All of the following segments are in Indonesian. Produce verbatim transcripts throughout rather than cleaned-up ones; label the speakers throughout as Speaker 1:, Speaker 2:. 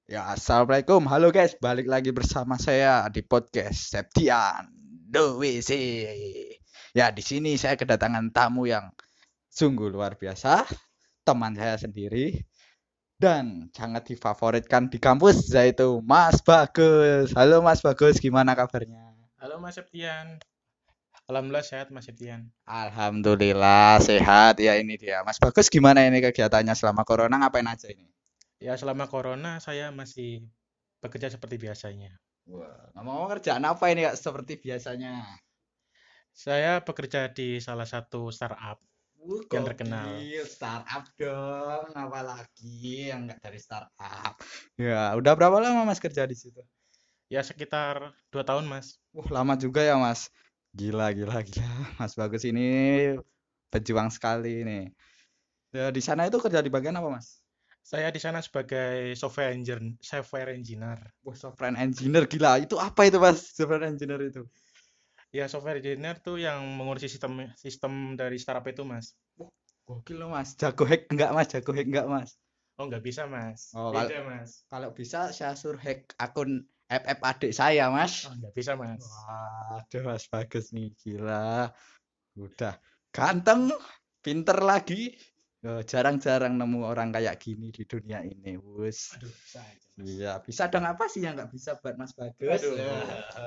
Speaker 1: Ya, assalamualaikum. Halo guys, balik lagi bersama saya di podcast Septian Do W C. Ya, di sini saya kedatangan tamu yang sungguh luar biasa, teman saya sendiri dan sangat difavoritkan di kampus yaitu Mas Bagus. Halo Mas Bagus, gimana kabarnya?
Speaker 2: Halo Mas Septian, Alhamdulillah sehat Mas Septian.
Speaker 1: Alhamdulillah sehat. Ya, ini dia. Mas Bagus gimana ini kegiatannya selama corona ngapain aja ini?
Speaker 2: Ya selama corona saya masih bekerja seperti biasanya.
Speaker 1: Wah, ngomong-ngomong kerjaan apa ini Kak seperti biasanya?
Speaker 2: Saya bekerja di salah satu startup
Speaker 1: Wuh,
Speaker 2: yang terkenal.
Speaker 1: gokil, startup dong, apalagi yang nggak dari startup. Ya, udah berapa lama Mas kerja di situ?
Speaker 2: Ya sekitar dua tahun Mas.
Speaker 1: Wah, lama juga ya Mas. Gila, gila, gila. Mas Bagus ini pejuang sekali nih. Ya, di sana itu kerja di bagian apa Mas?
Speaker 2: Saya di sana sebagai software engineer, software engineer.
Speaker 1: Wah, software engineer gila. Itu apa itu Mas? Software engineer itu?
Speaker 2: Ya software engineer tuh yang mengurusi sistem sistem dari startup itu Mas.
Speaker 1: Wah, gokil loh Mas. Jago hack enggak Mas? Jago hack enggak Mas?
Speaker 2: Oh nggak bisa Mas,
Speaker 1: Oh, kalau
Speaker 2: beda Mas.
Speaker 1: kalau bisa saya suruh hack akun F F adik saya Mas.
Speaker 2: Oh nggak bisa Mas.
Speaker 1: Wah, aduh Mas Bagus nih, gila. Udah ganteng, pinter lagi. Eh, jarang-jarang nemu orang kayak gini di dunia ini, Wus.
Speaker 2: Aduh bisa aja Mas.
Speaker 1: Iya, bisa dong apa sih yang nggak bisa buat Mas Bagus?
Speaker 2: Aduh.
Speaker 1: Ya.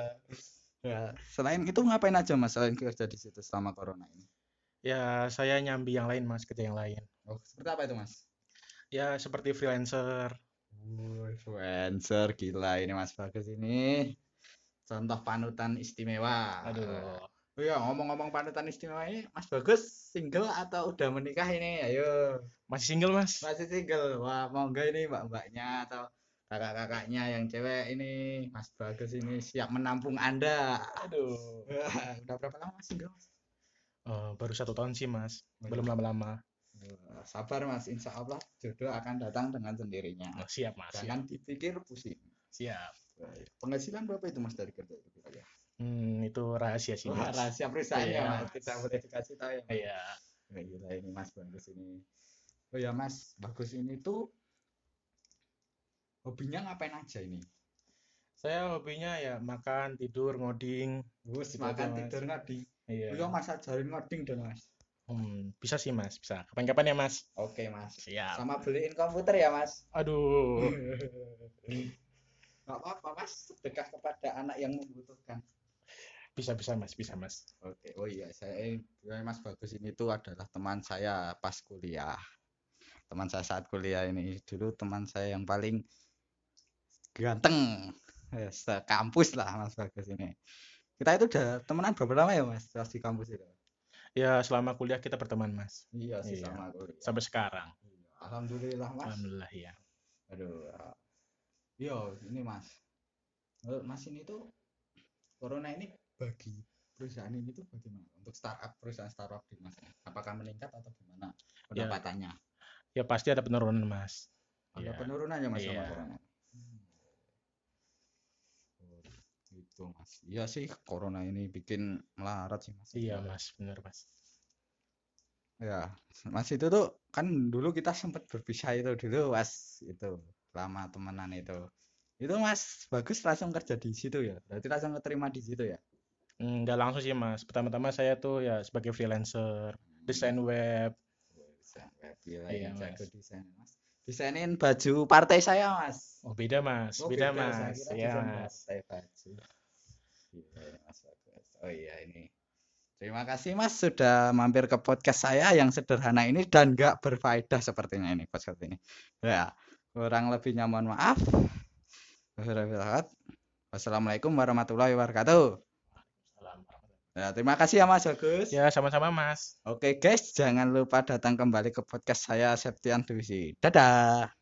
Speaker 1: Ya. Selain itu ngapain aja Mas selain kerja di situ selama corona ini?
Speaker 2: Ya saya nyambi yang lain Mas, kerja yang lain.
Speaker 1: Oh, seperti apa itu Mas?
Speaker 2: Ya seperti freelancer.
Speaker 1: Wuh, influencer gila ini Mas Bagus ini. Contoh panutan istimewa.
Speaker 2: Aduh.
Speaker 1: Oh iya, ngomong-ngomong panutan istimewa ini, Mas Bagus single atau udah menikah ini? Ayo.
Speaker 2: Masih single, Mas?
Speaker 1: Masih single. Wah, mau enggak ini mbak-mbaknya atau kakak-kakaknya yang cewek ini, Mas Bagus ini siap menampung Anda.
Speaker 2: Aduh.
Speaker 1: Wah, udah berapa lama Mas single, Mas?
Speaker 2: Eh, baru satu tahun sih, Mas.
Speaker 1: Oh,
Speaker 2: Belum
Speaker 1: iya.
Speaker 2: lama-lama.
Speaker 1: Wah, sabar Mas, insya Allah jodoh akan datang dengan sendirinya.
Speaker 2: Oh, siap, Mas.
Speaker 1: Jangan
Speaker 2: Siap.
Speaker 1: dipikir pusing.
Speaker 2: Siap.
Speaker 1: Baik. Penghasilan berapa itu Mas dari kerja itu kira-kira?
Speaker 2: Hmm, itu rahasia sih,
Speaker 1: Wah,
Speaker 2: Mas.
Speaker 1: rahasia perusahaannya
Speaker 2: Iya,
Speaker 1: Mas,
Speaker 2: Mas.
Speaker 1: tidak boleh dikasih tahu ya Mas.
Speaker 2: Iya.
Speaker 1: Wah, gila ini Mas Bagus ini. Oh ya Mas, Bagus ini tuh hobinya ngapain aja ini?
Speaker 2: Saya hobinya ya makan, tidur, ngoding.
Speaker 1: Bus
Speaker 2: Gitu aja,
Speaker 1: makan
Speaker 2: Mas.
Speaker 1: tidur ngoding.
Speaker 2: Iya.
Speaker 1: Oh ya Mas ajarin ngoding dong Mas.
Speaker 2: Hmm, bisa sih, Mas. Bisa. Kapan-kapan ya, Mas.
Speaker 1: Oke Mas.
Speaker 2: Siap.
Speaker 1: Sama beliin komputer ya Mas.
Speaker 2: Aduh.
Speaker 1: Gak apa-apa Mas, sedekah kepada anak yang membutuhkan.
Speaker 2: Bisa, bisa, Mas. Bisa, Mas.
Speaker 1: Oke, oh iya saya saya Mas Bagus ini tuh adalah teman saya pas kuliah. Teman saya saat kuliah ini dulu teman saya yang paling ganteng. Ya, sekampus lah Mas Bagus ini. Kita itu udah temenan berapa lama ya Mas pas di kampus itu?
Speaker 2: Ya, selama kuliah kita berteman, Mas.
Speaker 1: Iya sih
Speaker 2: Iya.
Speaker 1: sama kuliah.
Speaker 2: Sampai sekarang.
Speaker 1: Iya, alhamdulillah Mas.
Speaker 2: Alhamdulillah, ya.
Speaker 1: Aduh, yo ini Mas. Menurut Mas ini tuh corona ini bagi perusahaan ini tuh bagaimana? Untuk startup perusahaan startup di Mas, apakah meningkat atau gimana
Speaker 2: Ya,
Speaker 1: pendapatannya?
Speaker 2: ya pasti ada penurunan, Mas.
Speaker 1: Ada
Speaker 2: Iya.
Speaker 1: penurunan ya Mas sama
Speaker 2: Iya.
Speaker 1: corona? Oh, gitu Mas. Iya sih corona ini bikin melarat sih Mas.
Speaker 2: Iya, Mas. Bener, Mas.
Speaker 1: Ya, Mas itu tuh kan dulu kita sempat berpisah itu dulu Mas itu lama temenan itu. Itu Mas Bagus langsung kerja di situ ya. Berarti langsung keterima di situ ya.
Speaker 2: Hmm, nggak langsung sih, Mas. Pertama-tama saya tuh ya sebagai freelancer, desain web.
Speaker 1: Desain web gila
Speaker 2: Iya,
Speaker 1: ini jago
Speaker 2: Mas.
Speaker 1: desain Mas. Desainin baju partai saya Mas.
Speaker 2: Oh, beda, Mas.
Speaker 1: Oh
Speaker 2: Beda,
Speaker 1: beda, saya
Speaker 2: Mas.
Speaker 1: kira
Speaker 2: Iya,
Speaker 1: desain
Speaker 2: Mas.
Speaker 1: partai baju. Gila ya, Mas Bagus. Oh iya ini. Terima kasih Mas sudah mampir ke podcast saya yang sederhana ini dan nggak berfaedah sepertinya ini podcast ini. Ya, kurang lebihnya mohon maaf. Wassalamualaikum warahmatullahi wabarakatuh.
Speaker 2: Salam.
Speaker 1: Ya, terima kasih ya Mas Bagus.
Speaker 2: Ya, sama-sama, Mas.
Speaker 1: Oke guys, jangan lupa datang kembali ke podcast saya Septian Dwisi. Dadah.